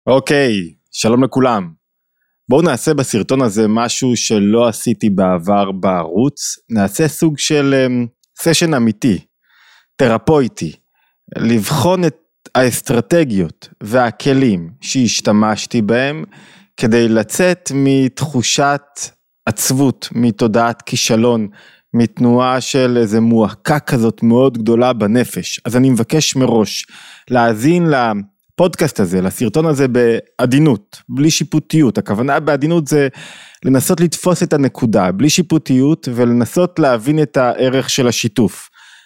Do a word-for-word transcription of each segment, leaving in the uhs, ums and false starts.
אוקיי, שלום לכולם. בואו נעשה בסרטון הזה משהו שלא עשיתי בעבר בערוץ, נעשה סוג של סשן אמיתי, תרפויטי, לבחון את האסטרטגיות והכלים שהשתמשתי בהם, כדי לצאת מתחושת עצבות, מתודעת כישלון, מתנועה של איזה מועקה כזאת מאוד גדולה בנפש. אז אני מבקש מראש להאזין לפודקאסט הזה, לסרטון הזה בעדינות, בלי שיפוטיות. הכוונה בעדינות זה לנסות לתפוס את הנקודה, בלי שיפוטיות, ולנסות להבין את הערך של השיתוף.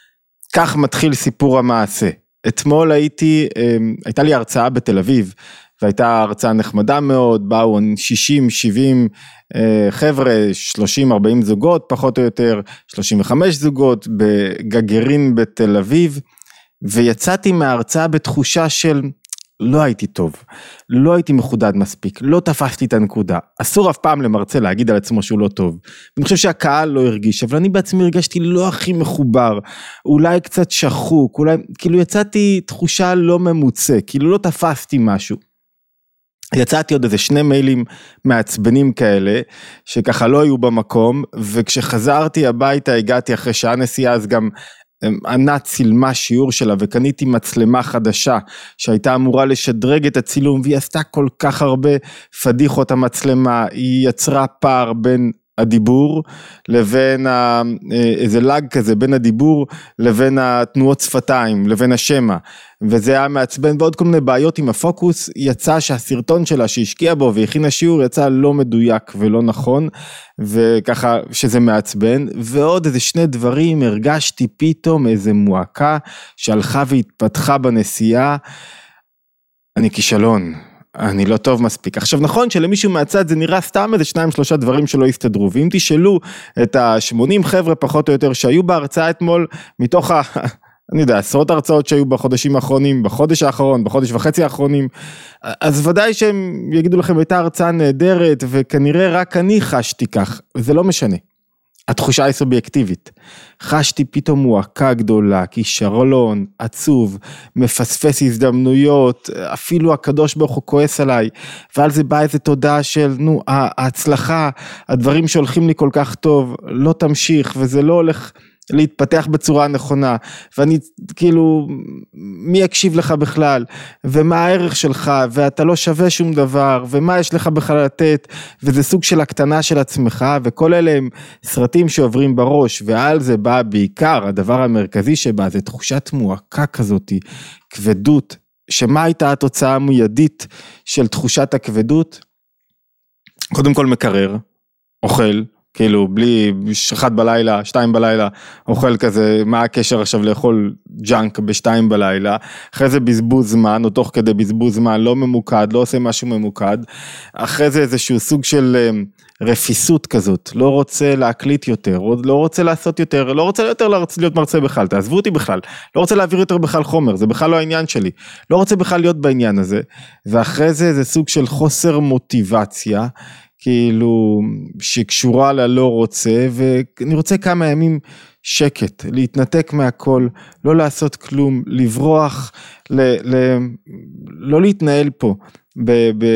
כך מתחיל סיפור המעשה. אתמול הייתי, הייתה לי הרצאה בתל אביב, והייתה הרצאה נחמדה מאוד, באו שישים שבעים חבר'ה, שלושים ארבעים זוגות, פחות או יותר, שלושים וחמש זוגות, בגגרין בתל אביב, ויצאתי מההרצאה בתחושה של לא הייתי טוב, לא הייתי מחודד מספיק, לא תפסתי את הנקודה, אסור אף פעם למרצה להגיד על עצמו שהוא לא טוב, אני חושב שהקהל לא הרגיש, אבל אני בעצמי הרגשתי לא הכי מחובר, אולי קצת שחוק, אולי, כאילו יצאתי תחושה לא ממוצע, כאילו לא תפסתי משהו, יצאתי עוד איזה שני מיילים מעצבנים כאלה, שככה לא היו במקום, וכשחזרתי הביתה, הגעתי אחרי שעה נסיעה, אז גם ענת צילמה שיעור שלה, וקניתי מצלמה חדשה, שהייתה אמורה לשדרג את הצילום, והיא עשתה כל כך הרבה פדיחות המצלמה, היא יצרה פער בין הדיבור, לבין ה, איזה לג כזה, בין הדיבור, לבין התנועות שפתיים, לבין השמה, וזה היה מעצבן, ועוד כל מיני בעיות עם הפוקוס, יצא שהסרטון שלה שהשקיע בו, והכינה שיעור, יצא לא מדויק ולא נכון, וככה שזה מעצבן, ועוד איזה שני דברים, הרגשתי פתאום איזה מועקה, שהלכה והתפתחה בנסיעה, אני כישלון, אני לא טוב מספיק. עכשיו נכון שלמישהו מהצד זה נראה סתם איזה שניים שלושה דברים שלא יסתדרו, ואם תשאלו את ה-שמונים חבר'ה פחות או יותר שהיו בהרצאה אתמול, מתוך ה... אני יודע, עשרות הרצאות שהיו בחודשים האחרונים, בחודש האחרון, בחודש וחצי האחרונים, אז ודאי שהם יגידו לכם, הייתה הרצאה נהדרת, וכנראה רק אני חשתי כך, זה לא משנה. התחושה היא סובייקטיבית. חשתי פתאום מועקה גדולה, כישרון, עצוב, מפספס הזדמנויות, אפילו הקדוש ברוך הוא כועס עליי, ועל זה בא איזה תודה של, נו, ההצלחה, הדברים שהולכים לי כל כך טוב, לא תמשיך, וזה לא הולך להתפתח בצורה נכונה, ואני כאילו, מי יקשיב לך בכלל, ומה הערך שלך, ואתה לא שווה שום דבר, ומה יש לך בכלל לתת, וזה סוג של הקטנה של עצמך, וכל אלה הם סרטים שעוברים בראש, ועל זה בא בעיקר, הדבר המרכזי שבא, זה תחושת מועקה כזאת, כבדות, שמה הייתה התוצאה המיידית של תחושת הכבדות? קודם כל מקרר, אוכל, כאילו בלי שחת בלילה, שתיים בלילה, אוכל כזה, מה הקשר עכשיו לאכול ג'אנק בשתיים בלילה, אחרי זה בזבוז זמן, או תוך כדי בזבוז זמן, לא ממוקד, לא עושה משהו ממוקד, אחרי זה איזשהו סוג של רפיסות כזאת, לא רוצה להקליט יותר, לא רוצה לעשות יותר, לא רוצה יותר להיות מרצה בכלל, תעזבו אותי בכלל, לא רוצה להעביר יותר בכלל חומר, זה בכלל לא העניין שלי, לא רוצה בכלל להיות בעניין הזה, ואחרי זה זה סוג של חוסר מוטיבציה, כאילו שקשורה ללא רוצה, ואני רוצה כמה ימים שקט, להתנתק מהכל, לא לעשות כלום, לברוח, ל, ל, לא להתנהל פה ב, ב,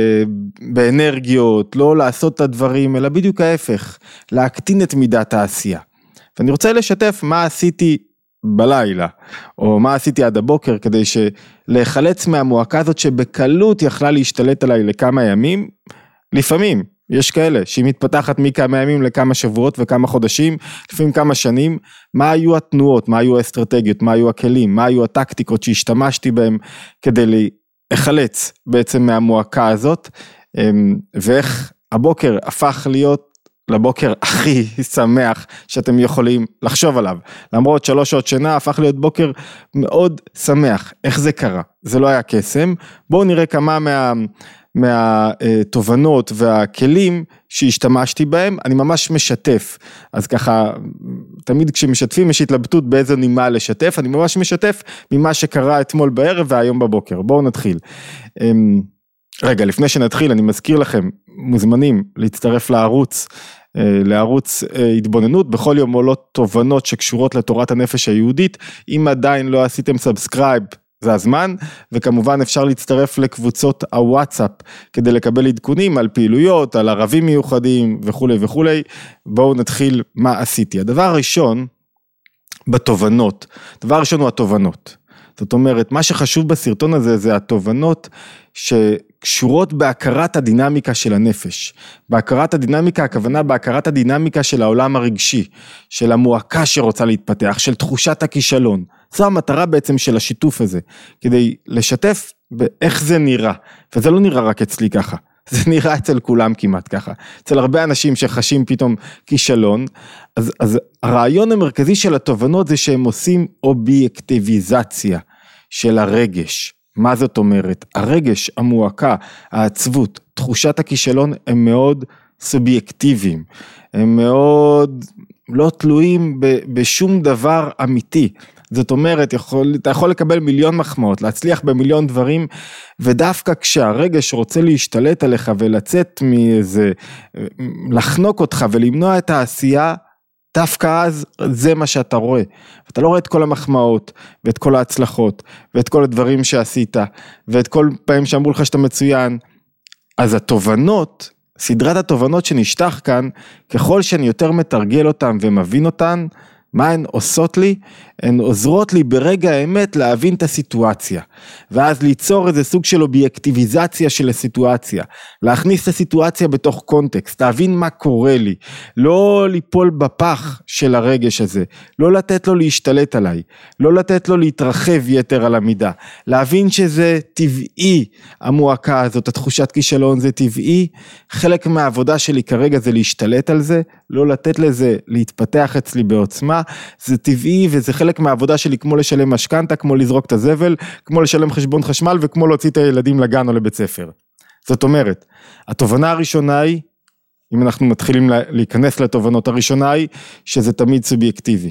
באנרגיות, לא לעשות את הדברים, אלא בדיוק ההפך, להקטין את מידת העשייה. ואני רוצה לשתף מה עשיתי בלילה, או מה עשיתי עד הבוקר, כדי שלהחלץ מהמועקה הזאת, שבקלות יכלה להשתלט עליי לכמה ימים, לפעמים, יש כאלה שהיא מתפתחת מכמה ימים לכמה שבועות וכמה חודשים, לפעמים כמה שנים, מה היו התנועות, מה היו האסטרטגיות, מה היו הכלים, מה היו הטקטיקות שהשתמשתי בהם כדי להיחלץ בעצם מהמועקה הזאת, ואיך הבוקר הפך להיות לבוקר הכי שמח שאתם יכולים לחשוב עליו, למרות שלוש שעות שינה הפך להיות בוקר מאוד שמח. איך זה קרה? זה לא היה קסם. בואו נראה כמה מה... מהתובנות והכלים שהשתמשתי בהם, אני ממש משתף, אז ככה, תמיד כשמשתפים יש התלבטות באיזה נימה לשתף, אני ממש משתף ממה שקרה אתמול בערב והיום בבוקר. בואו נתחיל. רגע, לפני שנתחיל, אני מזכיר לכם, מוזמנים להצטרף לערוץ, לערוץ התבוננות, בכל יום עולות תובנות שקשורות לתורת הנפש היהודית, אם עדיין לא עשיתם סאבסקרייב, זה הזמן, וכמובן אפשר להצטרף לקבוצות הוואטסאפ, כדי לקבל עדכונים על פעילויות, על ערבים מיוחדים וכו' וכו'. בואו נתחיל מה עשיתי. הדבר הראשון, בתובנות, דבר הראשון הוא התובנות. זאת אומרת, מה שחשוב בסרטון הזה, זה התובנות שקשורות בהכרת הדינמיקה של הנפש. בהכרת הדינמיקה, הכוונה בהכרת הדינמיקה של העולם הרגשי, של המועקה שרוצה להתפתח, של תחושת הכישלון. זו המטרה בעצם של השיתוף הזה, כדי לשתף באיך זה נראה, וזה לא נראה רק אצלי ככה, זה נראה אצל כולם כמעט ככה, אצל הרבה אנשים שחשים פתאום כישלון, אז, אז הרעיון המרכזי של התובנות זה שהם עושים אובייקטיביזציה של הרגש. מה זאת אומרת? הרגש, המועקה, העצבות, תחושת הכישלון הם מאוד סובייקטיביים, הם מאוד לא תלויים בשום דבר אמיתי. זאת אומרת, יכול, אתה יכול לקבל מיליון מחמאות, להצליח במיליון דברים, ודווקא כשהרגש רוצה להשתלט עליך ולצאת מאיזה, לחנוק אותך ולמנוע את העשייה, דווקא אז זה מה שאתה רואה. אתה לא רואה את כל המחמאות, ואת כל ההצלחות, ואת כל הדברים שעשית, ואת כל פעמים שאמרו לך שאתה מצוין. אז התובנות, סדרת התובנות שנשטח כאן, ככל שאני יותר מתרגל אותן ומבין אותן, מה הן עושות לי? הן עוזרות לי ברגע האמת להבין את הסיטואציה, ואז ליצור איזה סוג של אובייקטיביזציה של הסיטואציה, להכניס את הסיטואציה בתוך קונטקסט, להבין מה קורה לי, לא ליפול בפח של הרגש הזה, לא לתת לו להשתלט עליי, לא לתת לו להתרחב יתר על המידה, להבין שזה טבעי, המועקה הזאת, התחושת כישלון זה טבעי, חלק מהעבודה שלי כרגע זה להשתלט על זה, לא לתת לזה להתפתח אצלי בעוצמה, זה טבעי וזה חלק מהעבודה שלי, כמו לשלם משכנתה, כמו לזרוק את הזבל, כמו לשלם חשבון חשמל וכמו להוציא את הילדים לגן או לבית ספר. זאת אומרת, התובנה הראשונה היא, אם אנחנו מתחילים להיכנס לתובנות, הראשונה היא שזה תמיד סובייקטיבי.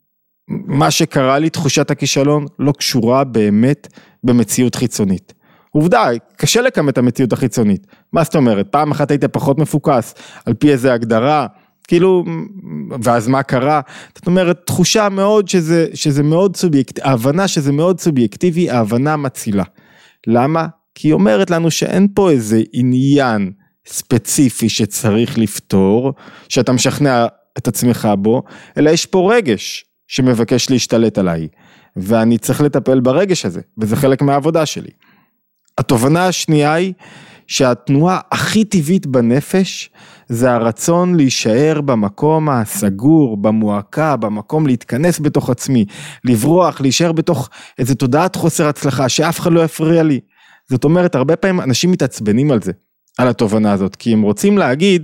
מה שקרה לי, תחושת הכישלון, לא קשורה באמת במציאות חיצונית. עובדה, קשה לקם את המציאות החיצונית. מה זאת אומרת? פעם אחת היית פחות מפוקס, על פי איזה הגדרה, כאילו, ואז מה קרה? זאת אומרת, תחושה מאוד שזה, שזה מאוד סובייקטיבי, ההבנה שזה מאוד סובייקטיבי, ההבנה מצילה. למה? כי היא אומרת לנו שאין פה איזה עניין ספציפי שצריך לפתור, שאתה משכנע את עצמך בו, אלא יש פה רגש שמבקש להשתלט עליי, ואני צריך לטפל ברגש הזה, וזה חלק מהעבודה שלי. התובנה השנייה היא, שהתנועה הכי טבעית בנפש, זה הרצון להישאר במקום הסגור, במועקה, במקום להתכנס בתוך עצמי, לברוח, להישאר בתוך איזו תודעת חוסר הצלחה, שאף אחד לא יפריע לי. זאת אומרת, הרבה פעמים אנשים מתעצבנים על זה, על התובנה הזאת, כי הם רוצים להגיד,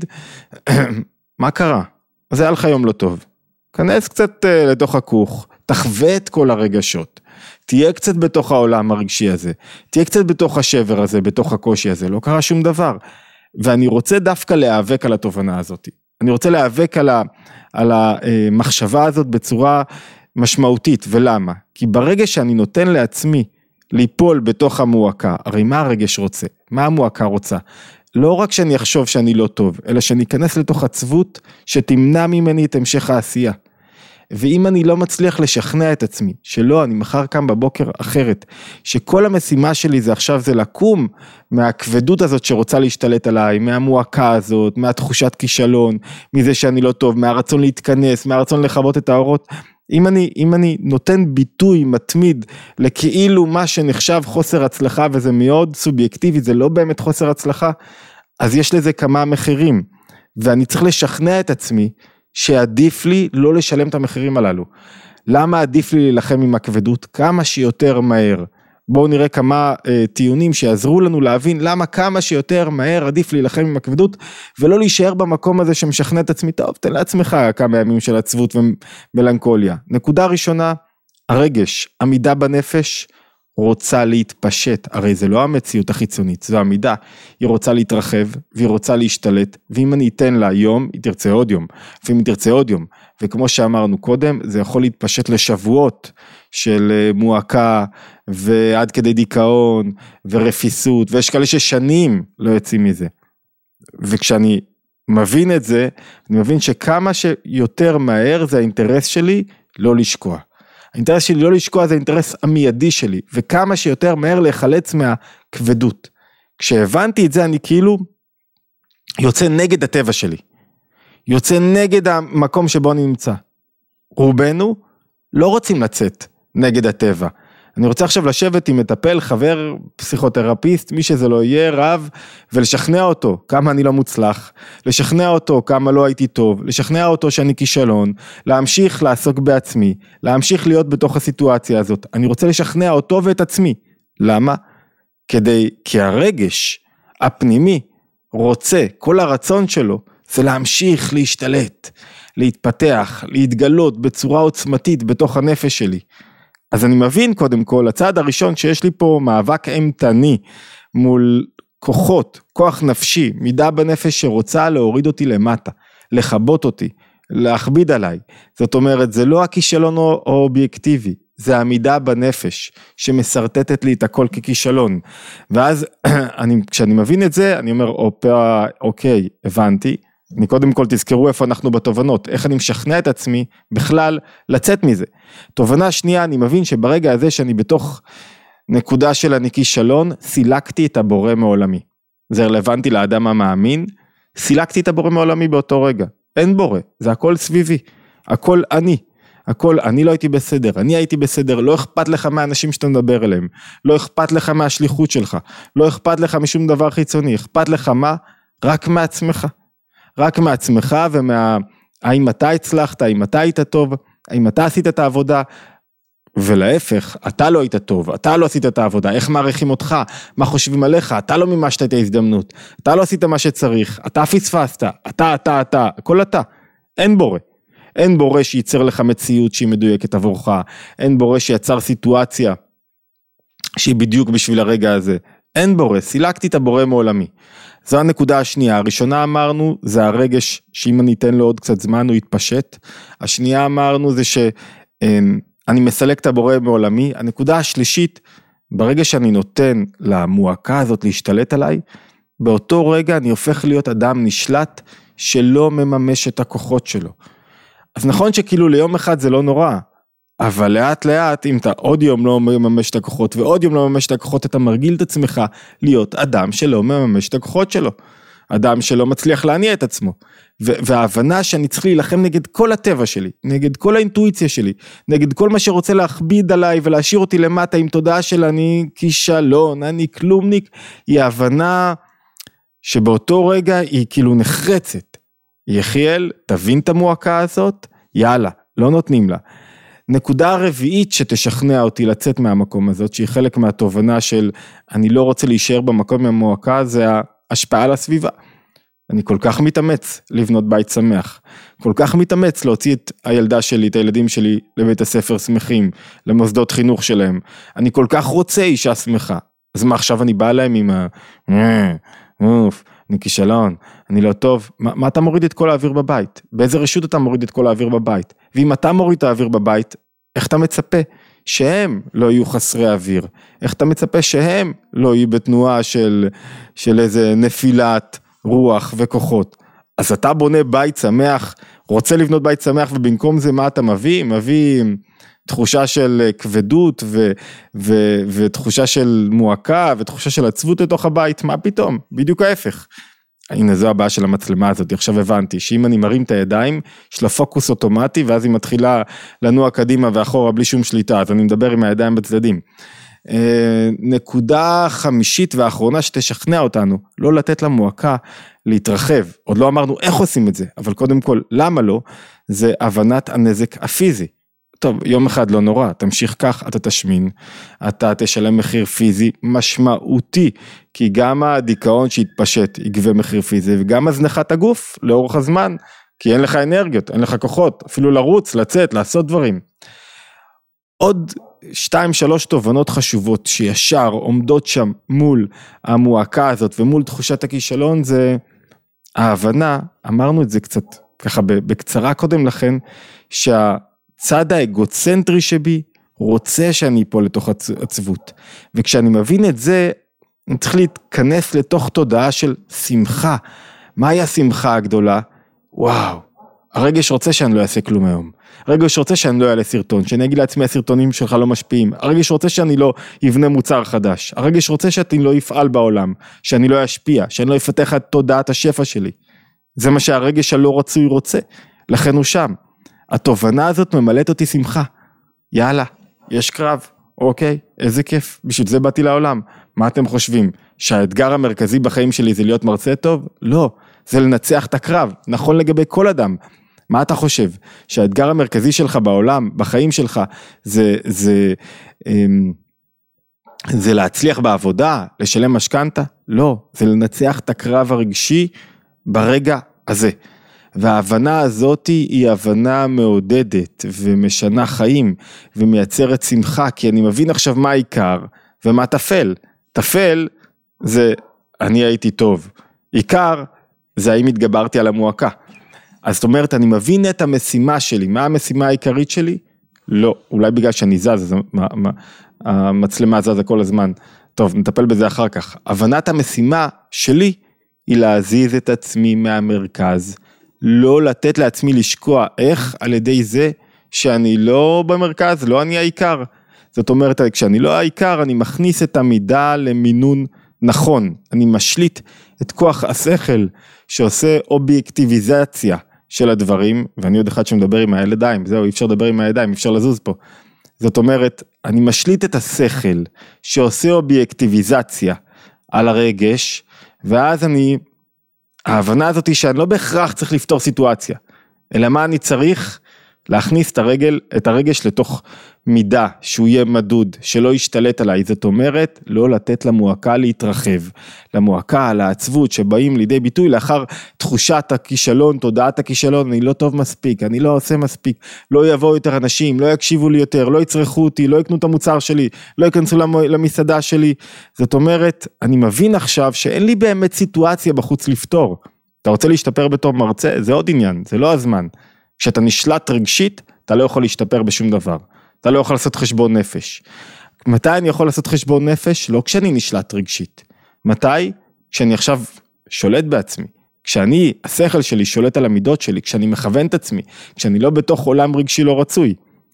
מה קרה? אז היה לך יום לא טוב. כנס קצת uh, לתוך הכוך, תחווה את כל הרגשות, תהיה קצת בתוך העולם הרגשי הזה, תהיה קצת בתוך השבר הזה, בתוך הקושי הזה, לא קרה שום דבר. ואני רוצה דווקא להיאבק על התובנה הזאת. אני רוצה להיאבק על, ה, על המחשבה הזאת בצורה משמעותית, ולמה? כי ברגע שאני נותן לעצמי ליפול בתוך המועקה, הרי מה הרגש רוצה? מה המועקה רוצה? לא רק שאני אחשוב שאני לא טוב, אלא שאני אכנס לתוך עצבות שתמנע ממני את המשך העשייה. ואם אני לא מצליח לשכנע את עצמי, שלא, אני מחר קם בבוקר אחרת, שכל המשימה שלי זה עכשיו זה לקום מהכבדות הזאת שרוצה להשתלט עליי, מהמועקה הזאת, מהתחושת כישלון, מזה שאני לא טוב, מהרצון להתכנס, מהרצון לחוות את האורות, אם אני, אם אני נותן ביטוי מתמיד לכאילו מה שנחשב חוסר הצלחה, וזה מאוד סובייקטיבי, זה לא באמת חוסר הצלחה, אז יש לזה כמה מחירים, ואני צריך לשכנע את עצמי, שעדיף לי לא לשלם את המחירים הללו. למה עדיף לי להילחם עם הכבדות? כמה שיותר מהר. בואו נראה כמה אה, טיעונים שיעזרו לנו להבין למה כמה שיותר מהר עדיף לי להילחם עם הכבדות, ולא להישאר במקום הזה שמשכנע את עצמי, טוב, תן לעצמך כמה ימים של עצבות ומלנכוליה. נקודה ראשונה, הרגש, עמידה בנפש, רוצה להתפשט, הרי זה לא המציאות החיצונית, זו עמידה, היא רוצה להתרחב, והיא רוצה להשתלט, ואם אני אתן לה יום, היא תרצה עוד יום, ואם היא תרצה עוד יום, וכמו שאמרנו קודם, זה יכול להתפשט לשבועות, של מועקה, ועד כדי דיכאון, ורפיסות, ויש כאלה ששנים לא יוצאים מזה, וכשאני מבין את זה, אני מבין שכמה שיותר מהר, זה האינטרס שלי, לא לשקוע, האינטרס שלי לא לשקוע, זה האינטרס המיידי שלי, וכמה שיותר מהר להיחלץ מהכבדות. כשהבנתי את זה, אני כאילו יוצא נגד הטבע שלי, יוצא נגד המקום שבו אני נמצא. רובנו לא רוצים לצאת נגד הטבע. אני רוצה עכשיו לשבת עם מטפל, חבר, פסיכותרפיסט, מי שזה לא יהיה, רב, ולשכנע אותו כמה אני לא מוצלח, לשכנע אותו כמה לא הייתי טוב, לשכנע אותו שאני כישלון, להמשיך לעסוק בעצמי, להמשיך להיות בתוך הסיטואציה הזאת. אני רוצה לשכנע אותו ואת עצמי. למה? כדי, כי הרגש הפנימי רוצה, כל הרצון שלו, זה להמשיך להשתלט, להתפתח, להתגלות בצורה עוצמתית בתוך הנפש שלי. אז אני מבין קודם כל, הצעד הראשון שיש לי פה מאבק אימתני מול כוחות, כוח נפשי, מידה בנפש שרוצה להוריד אותי למטה, לחבות אותי, להכביד עליי. זאת אומרת, זה לא הכישלון האובייקטיבי, זה המידה בנפש שמסרטטת לי את הכל ככישלון. ואז אני, כשאני מבין את זה, אני אומר, אוקיי, הבנתי, אני קודם כל תזכרו איפה אנחנו בתובנות, איך אני משכנע את עצמי בכלל לצאת מזה. תובנה שנייה, אני מבין שברגע הזה שאני בתוך נקודה של אני כישלון, סילקתי את הבורא מעולמי. זה רלוונטי לאדם המאמין, סילקתי את הבורא מעולמי באותו רגע. אין בורא, זה הכל סביבי, הכל אני. הכל, אני לא הייתי בסדר, אני הייתי בסדר, לא אכפת לך מהאנשים שאתה מדבר אליהם, לא אכפת לך מהשליחות שלך, לא אכפת לך משום דבר חיצוני, אכפת לך מה? רק מעצמך. רק מעצמך ומה, האם אתה הצלחת, האם אתה היית טוב, האם אתה עשית את העבודה, ולהפך, אתה לא היית טוב, אתה לא עשית את העבודה, איך מעריכים אותך, מה חושבים עליך, אתה לא מימשת את ההזדמנות, אתה לא עשית מה שצריך, אתה פספסת, אתה, אתה, אתה, הכל אתה, אין בורא, אין בורא שייצר לך מציאות שהיא מדויקת עבורך, אין בורא שיצר סיטואציה שהיא בדיוק בשביל הרגע הזה, אין בורא, סילקתי את הבורא מעולמי. זו הנקודה השנייה, הראשונה אמרנו, זה הרגש שאם אני אתן לו עוד קצת זמן הוא יתפשט, השנייה אמרנו זה שאני מסלק את הבורא מעולמי, הנקודה השלישית, ברגע שאני נותן למועקה הזאת להשתלט עליי, באותו רגע אני הופך להיות אדם נשלט, שלא מממש את הכוחות שלו. אז נכון שכאילו ליום אחד זה לא נורא, אבל לאט לאט, אם אתה עוד יום לא מממש את הכוחות, ועוד יום לא מממש את הכוחות, אתה מרגיל את עצמך להיות אדם שלא מממש את הכוחות שלו. אדם שלא מצליח להניע את עצמו. וההבנה שאני צריך להילחם נגד כל הטבע שלי, נגד כל האינטואיציה שלי, נגד כל מה שרוצה להכביד עליי, ולהשאיר אותי למטה עם תודעה של אני כישלון, אני כלומניק, היא הבנה שבאותו רגע היא כאילו נחרצת. יחיאל, תבין את המועקה הזאת, יאללה, לא נותנים לה. נקודה רביעית שתשכנע אותי לצאת מהמקום הזאת, שהיא חלק מהתובנה של אני לא רוצה להישאר במקום מהמועקה, זה ההשפעה על הסביבה. אני כל כך מתאמץ לבנות בית שמח, כל כך מתאמץ להוציא את הילדה שלי, את הילדים שלי לבית הספר שמחים, למוסדות חינוך שלהם. אני כל כך רוצה אישה שמחה. אז מה עכשיו אני בא להם עם ה... אוף, אני כישלון, אני לא טוב. מה, מה אתה מוריד את כל האוויר בבית? באיזה רשות אתה מוריד את כל האוויר בבית? ואם אתה מוריד את האוויר בבית, איך אתה מצפה שהם לא יהיו חסרי אוויר? איך אתה מצפה שהם לא יהיו בתנועה של, של איזה נפילת רוח וכוחות? אז אתה בונה בית שמח, רוצה לבנות בית שמח, ובמקום זה מה אתה מביא? מביא תחושה של כבדות ו, ו, ותחושה של מועקה ותחושה של עצבות לתוך הבית. מה פתאום? בדיוק ההפך. הנה זו הבעיה של המצלמה הזאת, עכשיו הבנתי שאם אני מרים את הידיים, יש לה פוקוס אוטומטי, ואז היא מתחילה לנוע קדימה ואחורה בלי שום שליטה, אז אני מדבר עם הידיים בצדדים. נקודה חמישית ואחרונה שתשכנע אותנו, לא לתת למועקה להתרחב, עוד לא אמרנו איך עושים את זה, אבל קודם כל למה לא, זה הבנת הנזק הפיזי. טוב, יום אחד לא נורא, תמשיך כך, אתה תשמין, אתה תשלם מחיר פיזי משמעותי, כי גם הדיכאון שהתפשט יגבה מחיר פיזי, וגם הזנחת הגוף לאורך הזמן, כי אין לך אנרגיות, אין לך כוחות, אפילו לרוץ, לצאת, לעשות דברים. עוד שתיים, שלוש תובנות חשובות שישר עומדות שם מול המועקה הזאת, ומול תחושת הכישלון, זה ההבנה, אמרנו את זה קצת ככה בקצרה קודם לכן, שה... צד האגוצנטרי שבי רוצה שאני אפול לתוך עצבות, וכשאני מבין את זה, אני צריך להתכנס לתוך תודעה של שמחה. מהי השמחה הגדולה? וואו, הרגש רוצה שאני לא אעשה כלום היום. הרגש רוצה שאני לא אעלה סרטון, שאני אגיד לעצמי הסרטונים שלך לא משפיעים, הרגש רוצה שאני לא יבנה מוצר חדש, הרגש רוצה שאני לא יפעל בעולם, שאני לא ישפיע, שאני לא יפתח את תודעת השפע שלי, זה מה שהרגש הלא רצוי רוצה, לכן הוא שם, התובנה הזאת ממלאת אותי שמחה, יאללה, יש קרב, אוקיי, איזה כיף, בשביל זה באתי לעולם, מה אתם חושבים, שהאתגר המרכזי בחיים שלי זה להיות מרצה טוב? לא, זה לנצח את הקרב, נכון לגבי כל אדם, מה אתה חושב? שהאתגר המרכזי שלך בעולם, בחיים שלך, זה, זה, זה להצליח בעבודה, לשלם משכנתה? לא, זה לנצח את הקרב הרגשי ברגע הזה. וההבנה הזאת היא הבנה מעודדת ומשנה חיים ומייצרת שמחה, כי אני מבין עכשיו מה העיקר ומה תפל. תפל זה אני הייתי טוב, עיקר זה האם התגברתי על המועקה. אז זאת אומרת, אני מבין את המשימה שלי, מה המשימה העיקרית שלי? לא, אולי בגלל שאני זז, אז מה, מה, המצלמה זזה כל הזמן. טוב, נטפל בזה אחר כך. הבנת המשימה שלי היא להזיז את עצמי מהמרכז, לא לתת לעצמי לשקוע, איך? על ידי זה שאני לא במרכז, לא אני העיקר. זאת אומרת, כשאני לא העיקר, אני מכניס את המידה למינון נכון, אני משליט את כוח השכל שעושה אובייקטיביזציה של הדברים, ואני עוד אחד שמדבר עם הידיים, זהו, אי אפשר לדבר עם הידיים, אי אפשר לזוז פה. זאת אומרת, אני משליט את השכל שעושה אובייקטיביזציה על הרגש, ואז אני, ההבנה הזאת היא שאני לא בהכרח צריך לפתור סיטואציה, אלא מה אני צריך? להכניס את הרגל, את הרגש לתוך מידה, שהוא יהיה מדוד, שלא ישתלט עליי, זאת אומרת, לא לתת למועקה להתרחב, למועקה, לעצבות, שבאים לידי ביטוי לאחר תחושת הכישלון, תודעת הכישלון, אני לא טוב מספיק, אני לא עושה מספיק, לא יבואו יותר אנשים, לא יקשיבו לי יותר, לא יצרכו אותי, לא יקנו את המוצר שלי, לא ייכנסו למסעדה שלי, זאת אומרת, אני מבין עכשיו שאין לי באמת סיטואציה בחוץ לפתור, אתה רוצה להשתפר בתור מרצה, זה עוד עניין, זה לא הזמן, כשאתה נשלט רגשית, אתה לא יכול להשתפר בשום דבר. אתה לא יכול לעשות חשבון נפש. מתי אני יכול לעשות חשבון נפש? לא כשאני נשלט רגשית. מתי? כשאני עכשיו שולט בעצמי. כשאני, השכל שלי שולט על המידות שלי, כשאני מכוון את עצמי, כשאני לא בתוך עולם רגשי לא רצוי.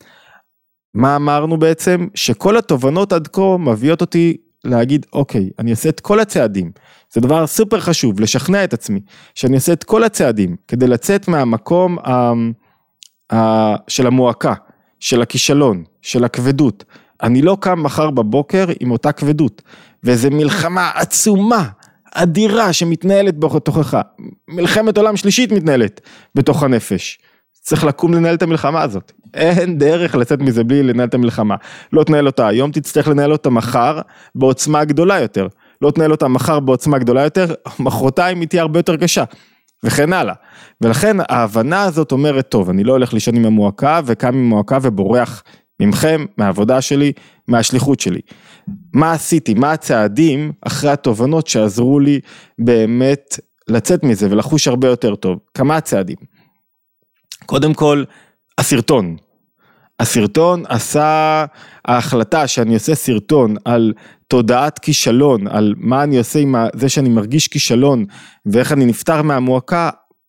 מה אמרנו בעצם? שכל התובנות עד כה מביאות אותי להגיד, אוקיי, אני אעשה את כל הצעדים. זה דבר סופר חשוב, לשכנע את עצמי, שאני אעשה את כל הצעדים, כדי לצאת מהמקום ה, ה, של המועקה, של הכישלון, של הכבדות. אני לא קם מחר בבוקר עם אותה כבדות, וזו מלחמה עצומה, אדירה, שמתנהלת בתוכך. מלחמת עולם שלישית מתנהלת בתוך הנפש. צריך לקום לנהל את המלחמה הזאת. אין דרך לצאת מזה בלי לנהל את המלחמה. לא תנהל אותה היום, תצטרך לנהל אותה מחר בעוצמה גדולה יותר. לא תנהל אותה מחר בעוצמה גדולה יותר, מחרתיים היא תהיה הרבה יותר קשה, וכן הלאה. ולכן ההבנה הזאת אומרת, טוב, אני לא הולך לישון עם המועקה, וקם עם המועקה ובורח ממכם, מהעבודה שלי, מהשליחות שלי. מה עשיתי, מה הצעדים אחרי התובנות שעזרו לי באמת לצאת מזה ולחוש הרבה יותר טוב? כמה הצעדים? קודם כל, הסרטון. הסרטון עשה, ההחלטה שאני עושה סרטון על תודעת כישלון, על מה אני עושה עם זה שאני מרגיש כישלון, ואיך אני נפטר מהמועקה,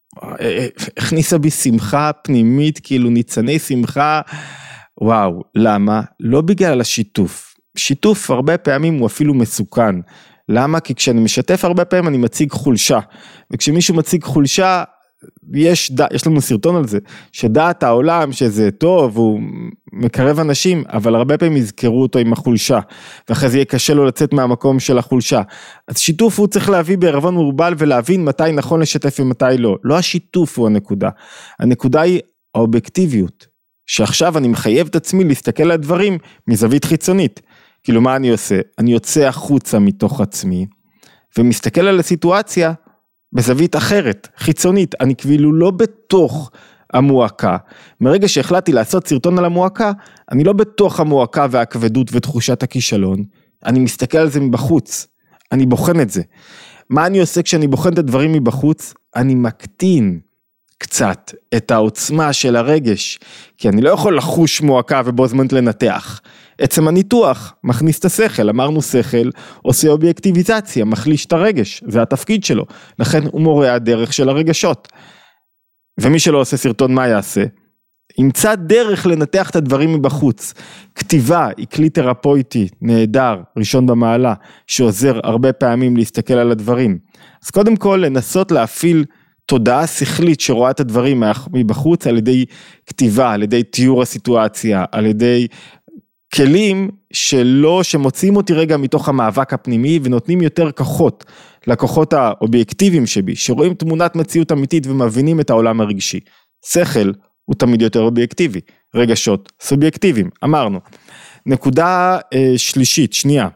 הכניסה בי שמחה פנימית, כאילו ניצני שמחה, וואו, למה? לא בגלל השיתוף. שיתוף הרבה פעמים הוא אפילו מסוכן. למה? כי כשאני משתף הרבה פעמים אני מציג חולשה, וכשמישהו מציג חולשה, יש, יש לנו סרטון על זה, שדעת העולם שזה טוב, הוא מקרב אנשים, אבל הרבה פעמים יזכרו אותו עם החולשה, ואחרי זה יהיה קשה לו לצאת מהמקום של החולשה. אז שיתוף הוא צריך להביא בערבון מורבל, ולהבין מתי נכון לשתף ומתי לא. לא השיתוף הוא הנקודה. הנקודה היא האובייקטיביות, שעכשיו אני מחייב את עצמי להסתכל על הדברים מזווית חיצונית. כאילו מה אני עושה? אני יוצא החוצה מתוך עצמי, ומסתכל על הסיטואציה, בזווית אחרת, חיצונית, אני כאילו לא בתוך המועקה, מרגע שהחלטתי לעשות סרטון על המועקה, אני לא בתוך המועקה והכבדות ותחושת הכישלון, אני מסתכל על זה מבחוץ, אני בוחן את זה. מה אני עושה כשאני בוחן את הדברים מבחוץ? אני מקטין קצת את העוצמה של הרגש, כי אני לא יכול לחוש מועקה ובו זמנת לנתח. עצם הניתוח מכניס את השכל, אמרנו שכל, עושה אובייקטיביזציה, מחליש את הרגש, זה התפקיד שלו, לכן הוא מורה הדרך של הרגשות. ומי שלא עושה סרטון מה יעשה? ימצא דרך לנתח את הדברים מבחוץ. כתיבה היא כלי תרפויטי, נהדר, ראשון במעלה, שעוזר הרבה פעמים להסתכל על הדברים. אז קודם כל לנסות להפעיל תודעה שכלית שרואה את הדברים מבחוץ על ידי כתיבה, על ידי תיאור הסיטואציה, על ידי כלים שלא, שמוצאים אותי רגע מתוך המאבק הפנימי ונותנים יותר כוחות, לכוחות האובייקטיביים שבי, שרואים תמונת מציאות אמיתית ומבינים את העולם הרגשי. שכל הוא תמיד יותר אובייקטיבי, רגשות סובייקטיביים, אמרנו. נקודה אה, שלישית, שנייה,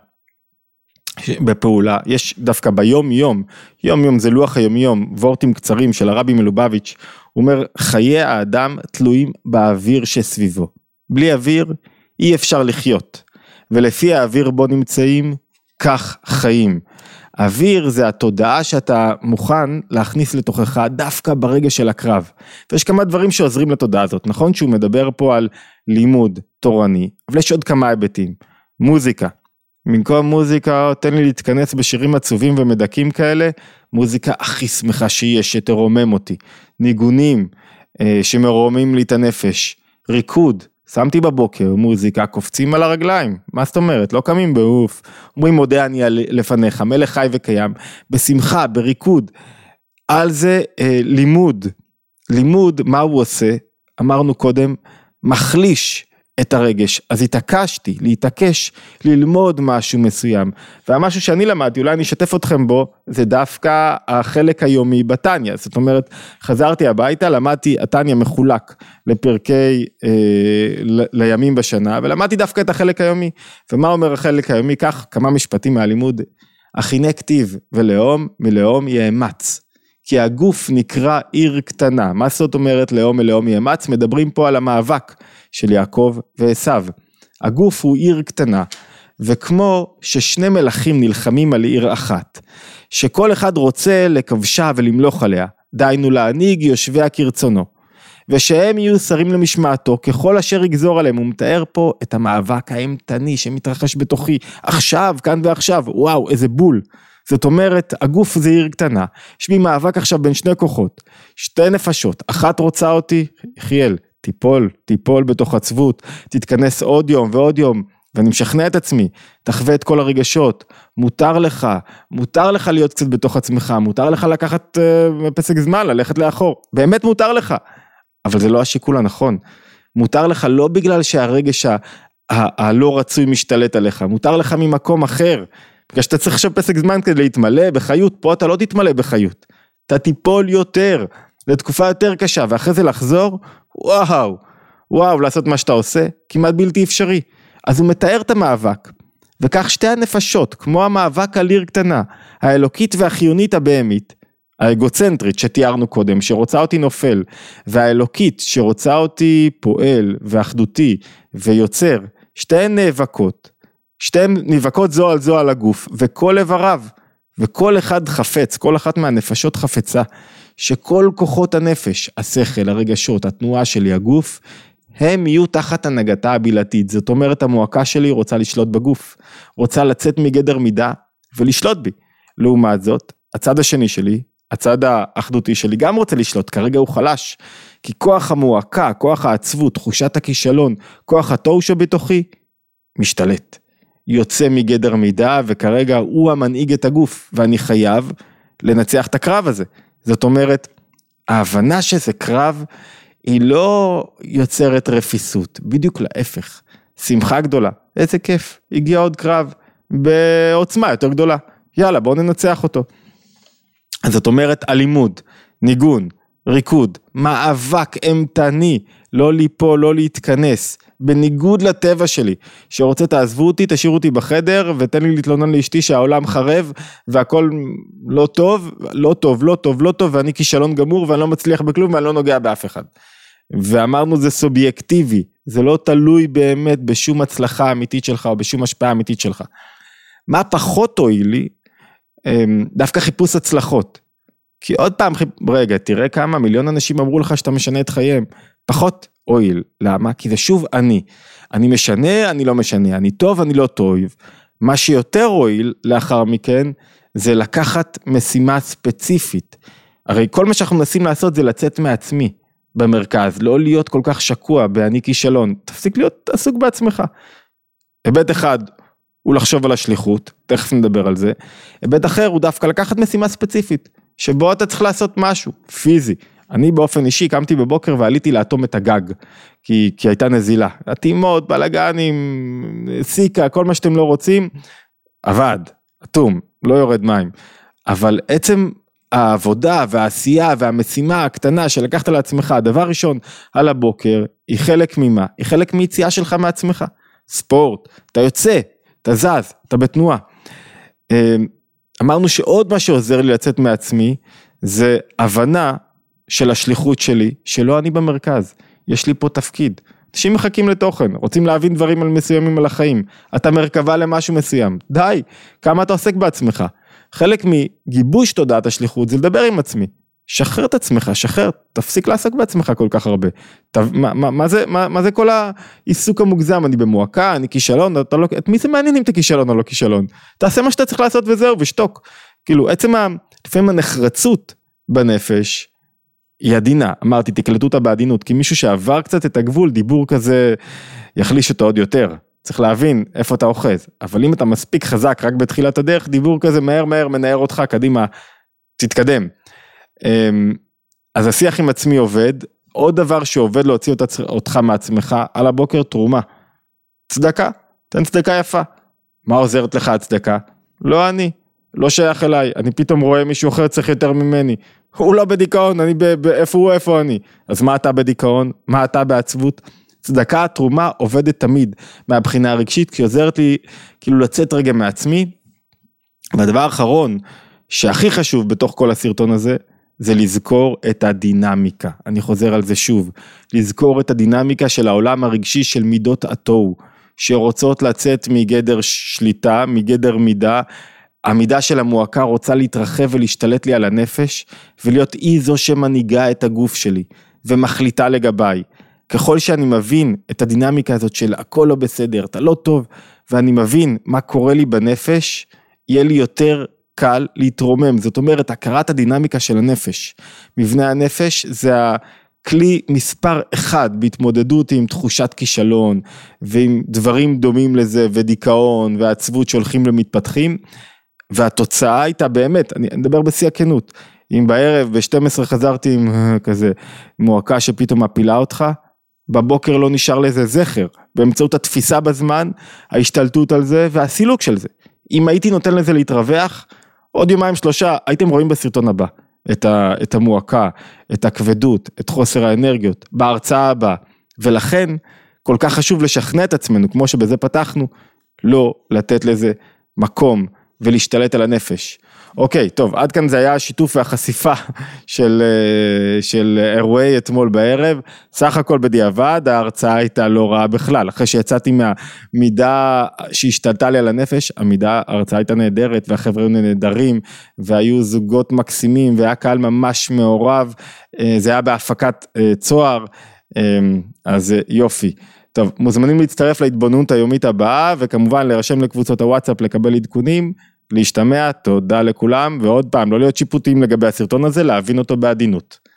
בפעולה, יש דווקא ביום יום, יום יום זה לוח היום יום, וורטים קצרים של הרבי מלובביץ', הוא אומר, חיי האדם תלויים באוויר שסביבו. בלי אוויר אי אפשר לחיות, ולפי האוויר בו נמצאים, כך חיים. אוויר זה התודעה שאתה מוכן להכניס לתוכך דווקא ברגע של הקרב. ויש כמה דברים שעוזרים לתודעה הזאת, נכון שהוא מדבר פה על לימוד תורני, אבל יש עוד כמה היבטים. מוזיקה. במקום מוזיקה, תן לי להתכנס בשירים עצובים ומדקים כאלה, מוזיקה הכי שמחה שיש, שתרומם אותי. ניגונים אה, שמרומים לי את הנפש. ריקוד. שמתי בבוקר מוזיקה, קופצים על הרגליים, מה זאת אומרת? לא קמים באוף, אומרים מודה אני לפניך, מלך חי וקיים, בשמחה, בריקוד, על זה אה, לימוד, לימוד מה הוא עושה, אמרנו קודם, מחליש את הרגש, אז התעקשתי, להתעקש, ללמוד משהו מסוים, והמשהו שאני למדתי, אולי אני אשתף אתכם בו, זה דווקא החלק היומי בתניה, זאת אומרת, חזרתי הביתה, למדתי, התניה מחולק לפרקי, אה, ל, לימים בשנה, ולמדתי דווקא את החלק היומי, ומה אומר החלק היומי? כך כמה משפטים מהלימוד, הכינה כתיב ולאום, מלאום יאמץ, כי הגוף נקרא עיר קטנה, מה זאת אומרת לאום מלאום יאמץ? מדברים פה על המאבק של יעקב ועשיו, הגוף הוא עיר קטנה, וכמו ששני מלכים נלחמים על עיר אחת, שכל אחד רוצה לכבשה ולמלוך עליה, דיינו להנהיג יושביה כרצונו, ושהם יהיו שרים למשמעתו, ככל אשר יגזור עליהם, הוא מתאר פה את המאבק האימתני שמתרחש בתוכי, עכשיו, כאן ועכשיו, וואו, איזה בול, זאת אומרת, הגוף זה עיר קטנה, יש לי מאבק עכשיו בין שני כוחות, שתי נפשות, אחת רוצה אותי, יחיאל, תיפול, תיפול בתוך עצבות, תתכנס עוד יום ועוד יום, ואני משכנע את עצמי, תחווה את כל הרגשות, מותר לך, מותר לך להיות קצת בתוך עצמך, מותר לך לקחת uh, פסק זמן, ללכת לאחור, באמת מותר לך, אבל זה לא השיקול הנכון, מותר לך לא בגלל שהרגש ה- ה- הלא רצוי משתלט עליך, מותר לך ממקום אחר, בגלל שאתה צריך עכשיו פסק זמן כדי להתמלא בחיות, פה אתה לא תתמלא בחיות, אתה תיפול יותר, לתקופה יותר קשה, ואחרי זה לחזור, וואו, וואו, לעשות מה שאתה עושה, כמעט בלתי אפשרי. אז הוא מתאר את המאבק, וכך שתי הנפשות, כמו המאבק על עיר קטנה, האלוקית והחיונית הבהמית, האגוצנטרית שתיארנו קודם, שרוצה אותי נופל, והאלוקית שרוצה אותי פועל, ואחדותי, ויוצר, שתיהן נאבקות, שתיהן נאבקות זו על זו על הגוף, וכל איבריו, וכל אחד חפץ, כל אחת מהנפשות חפצה, שכל כוחות הנפש, השכל, הרגשות, התנועה שלי, הגוף, הם יהיו תחת הנהגתה הבלעדית. זאת אומרת, המועקה שלי רוצה לשלוט בגוף, רוצה לצאת מגדר מידה ולשלוט בי. לעומת זאת, הצד השני שלי, הצד האחדותי שלי, גם רוצה לשלוט, כרגע הוא חלש, כי כוח המועקה, כוח העצבות, תחושת הכישלון, כוח התוהו שבתוכי, משתלט. יוצא מגדר מידה, וכרגע הוא המנהיג את הגוף, ואני חייב לנצח את הקרב הזה. זאת אומרת, ההבנה שזה קרב, היא לא יוצרת רפיסות, בדיוק להפך, שמחה גדולה, איזה כיף, הגיע עוד קרב, בעוצמה יותר גדולה, יאללה בואו ננצח אותו. אז זאת אומרת, הלימוד, ניגון, ריקוד, מאבק אימתני, לא ליפול, לא להתכנס, בניגוד לטבע שלי, שרוצה תעזבו אותי, תשאירו אותי בחדר, ותן לי להתלונן לאשתי שהעולם חרב, והכל לא טוב, לא טוב, לא טוב, לא טוב, ואני כישלון גמור, ואני לא מצליח בכלום, ואני לא נוגע באף אחד. ואמרנו זה סובייקטיבי, זה לא תלוי באמת בשום הצלחה אמיתית שלך, או בשום השפעה אמיתית שלך. מה פחות הועיל לי? דווקא חיפוש הצלחות. כי עוד פעם, רגע, תראה כמה מיליון אנשים אמרו לך שאתה משנה את חייהם, פחות הועיל. למה? כי זה שוב אני. אני משנה, אני לא משנה, אני טוב, אני לא טוב. מה שיותר הועיל לאחר מכן, זה לקחת משימה ספציפית. הרי כל מה שאנחנו מנסים לעשות זה לצאת מעצמי. במרכז, לא להיות כל כך שקוע באני כישלון, תפסיק להיות עסוק בעצמך. היבט אחד הוא לחשוב על השליחות, תכף נדבר על זה, היבט אחר הוא דווקא לקחת משימה ספציפית, שבו אתה צריך לעשות משהו, פיזי. אני באופן אישי קמתי בבוקר ועליתי לאטום את הגג, כי, כי הייתה נזילה. אטימות, בלגנים, סיקה, כל מה שאתם לא רוצים, עבד, אטום, לא יורד מים. אבל עצם העבודה והעשייה והמשימה הקטנה שלקחת לעצמך, הדבר ראשון על הבוקר, היא חלק ממה? היא חלק מיציאה שלך מעצמך. ספורט, אתה יוצא, אתה זז, אתה בתנועה. אמרנו שעוד מה שעוזר לי לצאת מעצמי, זה הבנה של השליחות שלי, שלא אני במרכז, יש לי פה תפקיד. אנשים מחכים לתוכן, רוצים להבין דברים על מסוימים על החיים, אתה מרכבה למשהו מסוים, די, כמה אתה עוסק בעצמך. חלק מגיבוש תודעת השליחות זה לדבר עם עצמי, שחרר את עצמך, שחרר, תפסיק לעסוק בעצמך כל כך הרבה. ת, מה, מה, מה, זה, מה, מה זה כל העיסוק המוגזם, אני במועקה, אני כישלון, אתה לא, את מי זה מעניין אם אתה כישלון או לא כישלון? תעשה מה שאתה צריך לעשות וזהו, ושתוק. כאילו, עצם לפעמים הנחרצות בנפש, היא עדינה, אמרתי, תקלטו אותה בעדינות, כי מישהו שעבר קצת את הגבול, דיבור כזה יחליש אותו עוד יותר. צריך להבין איפה אתה אוחז, אבל אם אתה מספיק חזק רק בתחילת הדרך, דיבור כזה מהר מהר מנער אותך, קדימה, תתקדם. אז השיח עם עצמי עובד, עוד דבר שעובד להוציא אותך מעצמך, על הבוקר תרומה, צדקה, תן צדקה יפה. מה עוזרת לך הצדקה? לא אני, לא שייך אליי, אני פתאום רואה מישהו אחר צריך יותר ממני, הוא לא בדיכאון, אני ב- ב- איפה הוא, איפה אני? אז מה אתה בדיכאון? מה אתה בעצבות? צדקה, תרומה, עובדת תמיד מהבחינה הרגשית, כי עוזרת לי כאילו לצאת רגע מעצמי, והדבר האחרון, שהכי חשוב בתוך כל הסרטון הזה, זה לזכור את הדינמיקה, אני חוזר על זה שוב, לזכור את הדינמיקה של העולם הרגשי של מידות התוהו, שרוצות לצאת מגדר שליטה, מגדר מידה, המידה של המועקה רוצה להתרחב ולהשתלט לי על הנפש, ולהיות היא זו שמנהיגה את הגוף שלי, ומחליטה לגביי. ככל שאני מבין את הדינמיקה הזאת של הכל לא בסדר, אתה לא טוב, ואני מבין מה קורה לי בנפש, יהיה לי יותר קל להתרומם. זאת אומרת, הכרת הדינמיקה של הנפש. מבנה הנפש זה הכלי מספר אחד בהתמודדות עם תחושת כישלון, ועם דברים דומים לזה, ודיכאון, ועצבות שהולכים למתפתחים, והתוצאה הייתה באמת, אני מדבר בשיא הכנות, אם בערב ב-שתים עשרה חזרתי עם כזה מועקה שפתאום מפילה אותך, בבוקר לא נשאר לזה זכר, באמצעות התפיסה בזמן, ההשתלטות על זה והסילוק של זה. אם הייתי נותן לזה להתרווח, עוד יומיים שלושה, הייתם רואים בסרטון הבא, את, ה, את המועקה, את הכבדות, את חוסר האנרגיות, בהרצאה הבאה, ולכן כל כך חשוב לשכנע את עצמנו, כמו שבזה פתחנו, לא לתת לזה מקום, ולהשתלט על הנפש. אוקיי, טוב, עד כאן זה היה השיתוף והחשיפה של, של אירועי אתמול בערב, סך הכל בדיעבד, ההרצאה הייתה לא רעה בכלל, אחרי שיצאתי מהמידה שהשתלטה לי על הנפש, המידה, ההרצאה הייתה נהדרת, והחבר'ה היו נהדרים, והיו זוגות מקסימים, והיה קהל ממש מעורב, זה היה בהפקת צוהר, אז יופי. טוב, מוזמנים להצטרף להתבוננות היומית הבאה, וכמובן להירשם לקבוצות הוואטסאפ, לקבל עדכונים, להשתמע, תודה לכולם, ועוד פעם, לא להיות שיפוטיים לגבי הסרטון הזה, להבין אותו בעדינות.